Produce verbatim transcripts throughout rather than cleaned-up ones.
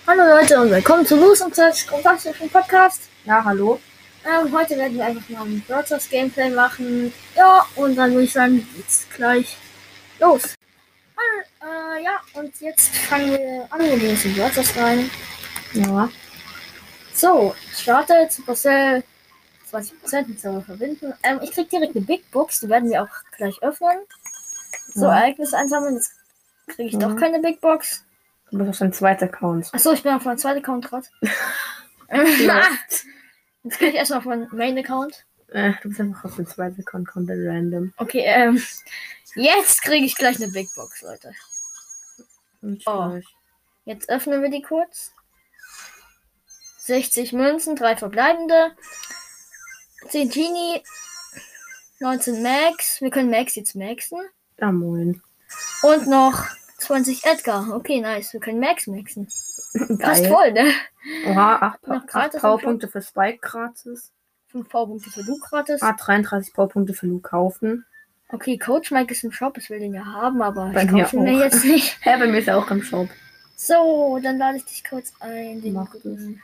Hallo Leute und willkommen zu Los und Search Kompakten Podcast. Ja, hallo. Ähm, heute werden wir einfach mal ein Brawl Stars Gameplay machen. Ja, und dann würde ich sagen, geht's gleich los. Hallo, äh, ja, und jetzt fangen wir an, wir gehen in Brawl Stars rein. Ja. So, startet Supercell zwanzig Prozent mit Server verbinden. Ähm, ich krieg direkt eine Big Box, die werden wir auch gleich öffnen. So, Ja. Ereignis einsammeln, jetzt kriege ich Mhm. doch keine Big Box. Du bist auf deinem zweiten Account. Achso, ich bin auf meinem zweiten Account gerade. Lost. Jetzt kriege ich erstmal auf meinen Main-Account. Äh, du bist einfach auf dem zweiten Account, komplett random. Okay, ähm, jetzt kriege ich gleich eine Big Box, Leute. Und Oh. gleich. Jetzt öffnen wir die kurz. sechzig Münzen, drei verbleibende. zehn Genie, neunzehn Max. Wir können Max jetzt maxen. Ja, moin. Und noch zwanzig Edgar. Okay, nice. Wir können Max maxen. Fast Geil. voll, ne? Oha, acht, Noch acht gratis Powerpunkte für Spike gratis. fünf Powerpunkte für Luke gratis. Ah, dreiunddreißig Powerpunkte für Luke kaufen. Okay, Coach Mike ist im Shop. Ich will den ja haben, aber Bei ich mir kaufe ihn mir auch. jetzt nicht. Hä, bei mir ist er auch im Shop. So, dann lade ich dich kurz ein. Den Mach guten-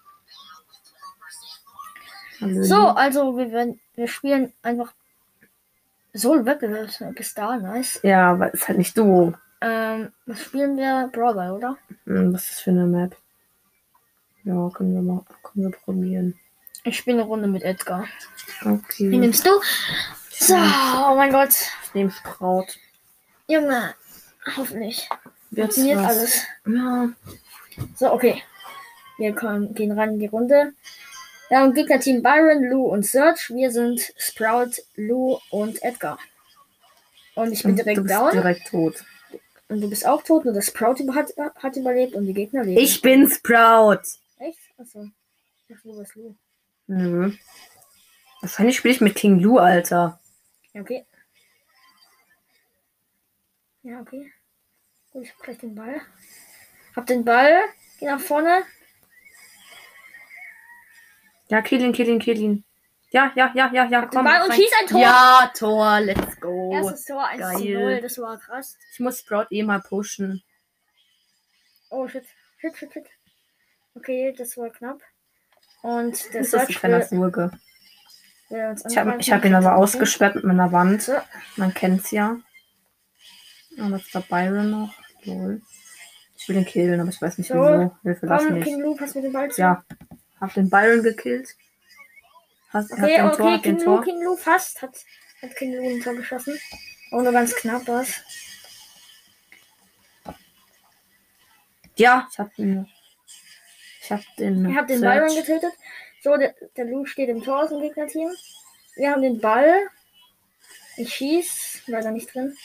Hallo. So, also wir werden, wir spielen einfach Soul Weapon bis da, nice. Ja, aber ist halt nicht du. Ähm, was spielen wir? Brawler, oder? Hm, was ist das für eine Map? Ja, können wir mal können wir probieren. Ich spiele eine Runde mit Edgar. Wie Okay. nimmst du? So, oh mein Gott. Ich nehme Sprout. Junge, hoffentlich Wird's funktioniert was? alles. Ja. So, okay. Wir kommen, gehen rein in die Runde. Wir haben Gegnerteam Byron, Lou und Search. Wir sind Sprout, Lou und Edgar. Und ich bin Und direkt du bist down. direkt tot. Und du bist auch tot. Nur das Sprout über- hat, hat überlebt und die Gegner leben. Ich bin Sprout. Echt? Achso. Ich dachte, du bist Lou. Nö. Wahrscheinlich spiele ich mit King Lou, Alter. Ja, okay. Ja, okay. Gut, ich hab gleich den Ball. Hab den Ball. Geh nach vorne. Ja, kill ihn, kill ihn, kill ihn. Ja, ja, ja, ja, ja, Hab den komm. Ball und rein. schieß ein Tor. Ja, Tor, let's go. Erstes Tor, eins zu geil. null. Das war krass. Ich muss Sprout eh mal pushen. Oh, shit. Shit, shit, shit. Okay, das war knapp. Und der Das ist ein Search kleiner will, Surge. will uns Ich habe angreifen. ich hab ihn aber ausgesperrt mit meiner Wand. So. Man kennt's ja. Und jetzt ist da Byron noch. Lol. Ich will ihn killen, aber ich weiß nicht So. wieso. Hilfe, lass Komm, mich. King Lou, pass mir den Ball zu. Ja. Hab den Byron gekillt. Hast, hab Okay, den okay, Tor, hab King den Lou, Tor. King Lou fast. Hat, hat King Lou ein Tor geschossen. Aber nur ganz knapp was. Ja, ich hab den. Ich hab den. Ich habe den Search. Byron getötet. So, der, der Lou steht im Tor aus dem Gegnerteam. Wir haben den Ball. Ich schieß. Leider nicht drin.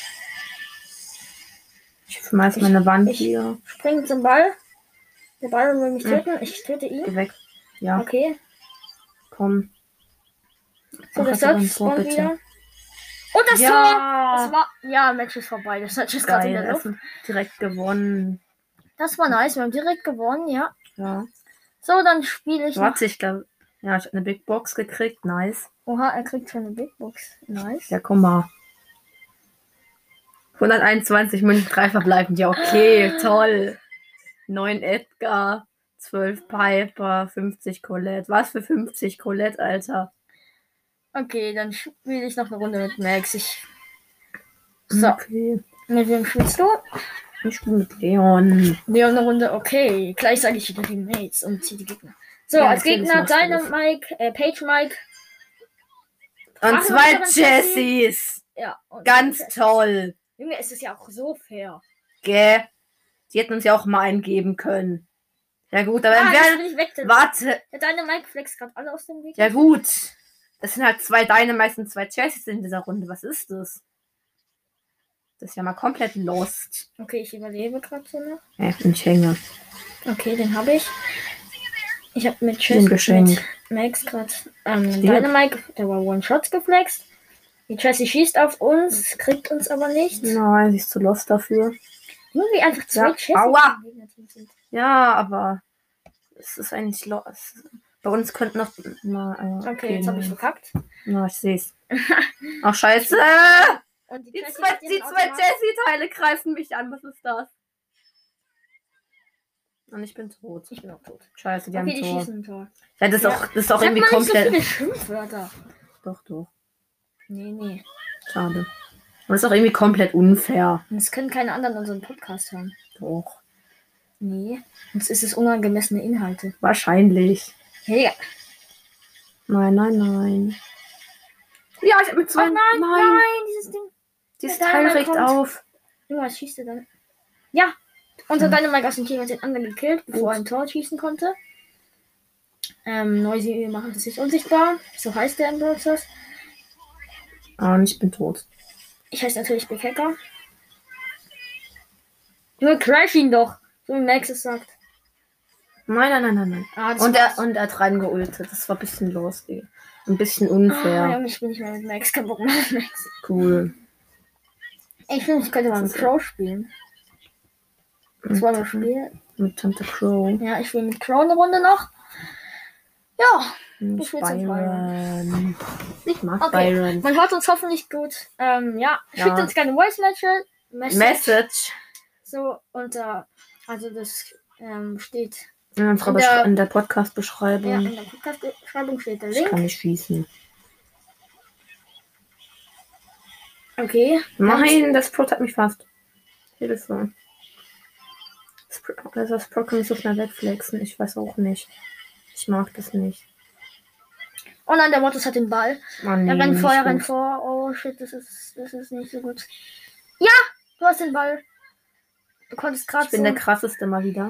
Ich schmeiß Ich- meine Wand ich- hier. Spring zum Ball. Der Byron will mich Hm. töten. Ich töte ihn. Geh weg. Ja, Okay. komm. So, Ach, der hast du aber ein Search Tor, spawnt bitte? wieder. Und das Tor! Ja, Das war. Ja, Match ist vorbei. Das Search ist gerade in geil. der Luft. Essen. Direkt gewonnen. Das war nice. Wir haben direkt gewonnen, ja. Ja. So, dann spiele ich noch. Warte, ich glaube. Ja, ich hab eine Big Box gekriegt. Nice. Oha, er kriegt schon eine Big Box. Nice. Ja, guck mal. hunderteinundzwanzig Münzen, drei verbleibend. Ja, okay, toll. neun Edgar, zwölf Piper, fünfzig Colette. Was für fünfzig Colette, Alter? Okay, dann spiele ich noch eine Runde mit Max. Ich. So, Okay. mit wem spielst du? Ich spiele mit Leon. Wir haben eine Runde, okay. Gleich sage ich wieder die Mates und ziehe die Gegner. So, Ja, als natürlich Gegner machst du deine das. Mike, äh, Page Mike. Und Machen zwei wir unseren Jessie? Jessies. Ja. Und Ganz toll. Junge, es ist ja auch so fair. Gell? Die hätten uns ja auch mal eingeben können. Ja gut, aber Ah, dann das wären... will ich weg. Der, Warte. der deine Mike flex gerade alle aus dem Weg. Ja gut. Das sind halt zwei Dynamites und zwei Jessies in dieser Runde. Was ist das? Das ist ja mal komplett lost. Okay, ich überlebe gerade so noch. Ja, ich bin Schenke. Okay, den habe ich. Ich habe mit Ein Chess Geschenk. mit Max gerade ähm, Stimmt. Dynamite, der war One-Shot geflext. Die Jessie schießt auf uns, kriegt uns aber nicht. Nein, sie ist zu lost dafür. Irgendwie einfach zwei Ja, Jessie aua. im Gegnerteam sind. Ja, aber es ist eigentlich lost. Bei uns könnten noch... Na, äh, Okay, jetzt habe ich verkackt. Na, ich seh's. Ach, scheiße! Und die, Die Jessie zwei, hat ihren die zwei Automat- Jessie-Teile greifen mich an. Was ist das? Und ich bin tot. Ich bin auch tot. Scheiße, die Okay, haben die Tor. schießen ein Tor. Ja, das ist Ja. auch, das ist auch Sag irgendwie mal nicht so komplett. viele Schimpfwörter. Doch, doch. Nee, nee. Schade. Und das ist auch irgendwie komplett unfair. Und es können keine anderen unseren Podcast hören. Doch. Nee. Sonst ist es unangemessene Inhalte. Wahrscheinlich. Hey. Nein, nein, nein. Ja, ich hab mit Oh zwei. nein, nein, nein, dieses Ding. Dieses der Teil Dynamite regt kommt. auf. Junge, was schießt er dann? Ja. Unser Ja. Dynamite aus dem Team hat den anderen gekillt, bevor er ein Tor schießen konnte. Ähm, Noisy macht sich unsichtbar. So heißt der im Prozess. Ah, und ich bin tot. Ich heiße natürlich Big Hacker. Junge, crash ihn doch. So wie Max es sagt. Nein, nein, nein, nein, nein. Ah, das Und er, war's. und er hat reingeultet. Das war ein bisschen lustig. Ein bisschen Ah, unfair. Junge, ich bin nicht mehr mit Max. Kein Bock mehr mit Max. Cool. Ey, ich finde, ich könnte mal mit Das ist- Crow spielen. Das wollen wir spielen. Mit Tante Crow. Ja, ich will mit Crow eine Runde noch. Ja, Und Ich will's mit Byron. Ich mag okay. Byron. Man hört uns hoffentlich gut. Ähm, ja, schickt Ja. uns gerne Voice Message. Message. Message. So, unter, also das ähm, steht, In unserer In Besch der- in der ja, Podcast-Beschreibung. in der Podcast-Beschreibung steht der Ich Link. kann nicht schießen. Okay. Nein, das Pro hat mich fast. Hilfe. Das Pro, also das Pro kann mich so schnell wegflexen. Ich weiß auch nicht. Ich mag das nicht. Oh nein, der Mortis hat den Ball. Oh, nee, Er rennt vor, nicht er rennt gut. vor. Oh shit, das ist, das ist nicht so gut. Ja, du hast den Ball. Du konntest gerade Ich bin so. der krasseste mal wieder.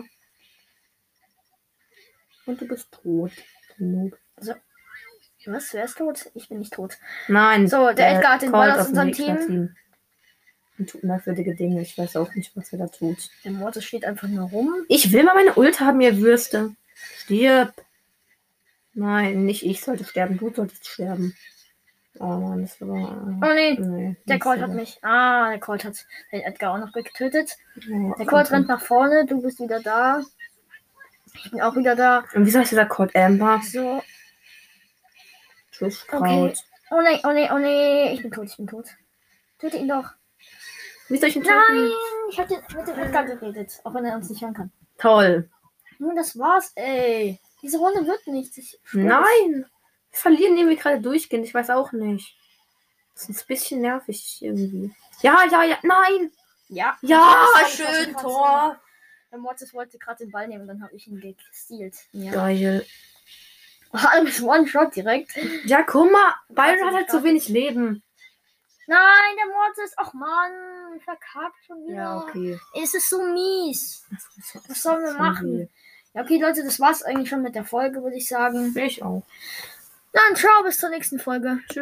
Und du bist tot. du Noob. Was? Wer ist tot? Ich bin nicht tot. Nein. So, der Edgar hat den Ball Colt aus aus dem unserem Gegnerteam. Und tut merkwürdige Dinge. Ich weiß auch nicht, was er da tut. Der Mortis steht einfach nur rum. Ich will mal meine Ult haben, ihr Würste. Stirb. Nein, nicht ich sollte sterben. Du solltest sterben. Oh Mann, das war... Oh nee, Nee, der nicht Colt so. hat mich. Ah, der Colt hat den Edgar auch noch getötet. Oh, Der Colt okay. rennt nach vorne, du bist wieder da. Ich bin auch wieder da. Und wieso heißt dieser Colt Amber? So. Tschüss, Kraut. Okay. Oh nee, oh nee, oh nee. Ich bin tot, ich bin tot. Töte ihn doch. Wie soll ich ihn Nein, töten? ich hab den, mit dem Edgar geredet. Auch wenn er uns nicht hören kann. Toll. Nun, das war's, ey. Diese Runde wird nichts. Ich schwör's. Nein. Wir verlieren irgendwie gerade durchgehend. Ich weiß auch nicht. Das ist ein bisschen nervig irgendwie. Ja, ja, ja. Nein. Ja. Ja, Das ist schön, fast- Tor. Der Mortis wollte gerade den Ball nehmen, dann habe ich ihn gestealt. Ja. Geil. Halbes One-Shot direkt. Ja, guck mal. Byron hat halt zu wenig Leben. Nein, der Mortis. Ach Mann, verkackt schon wieder. Ja, okay. Es ist so mies. Das Was sollen wir machen? Ja, okay, Leute, das war's eigentlich schon mit der Folge, würde ich sagen. Ich auch. Dann ciao, bis zur nächsten Folge.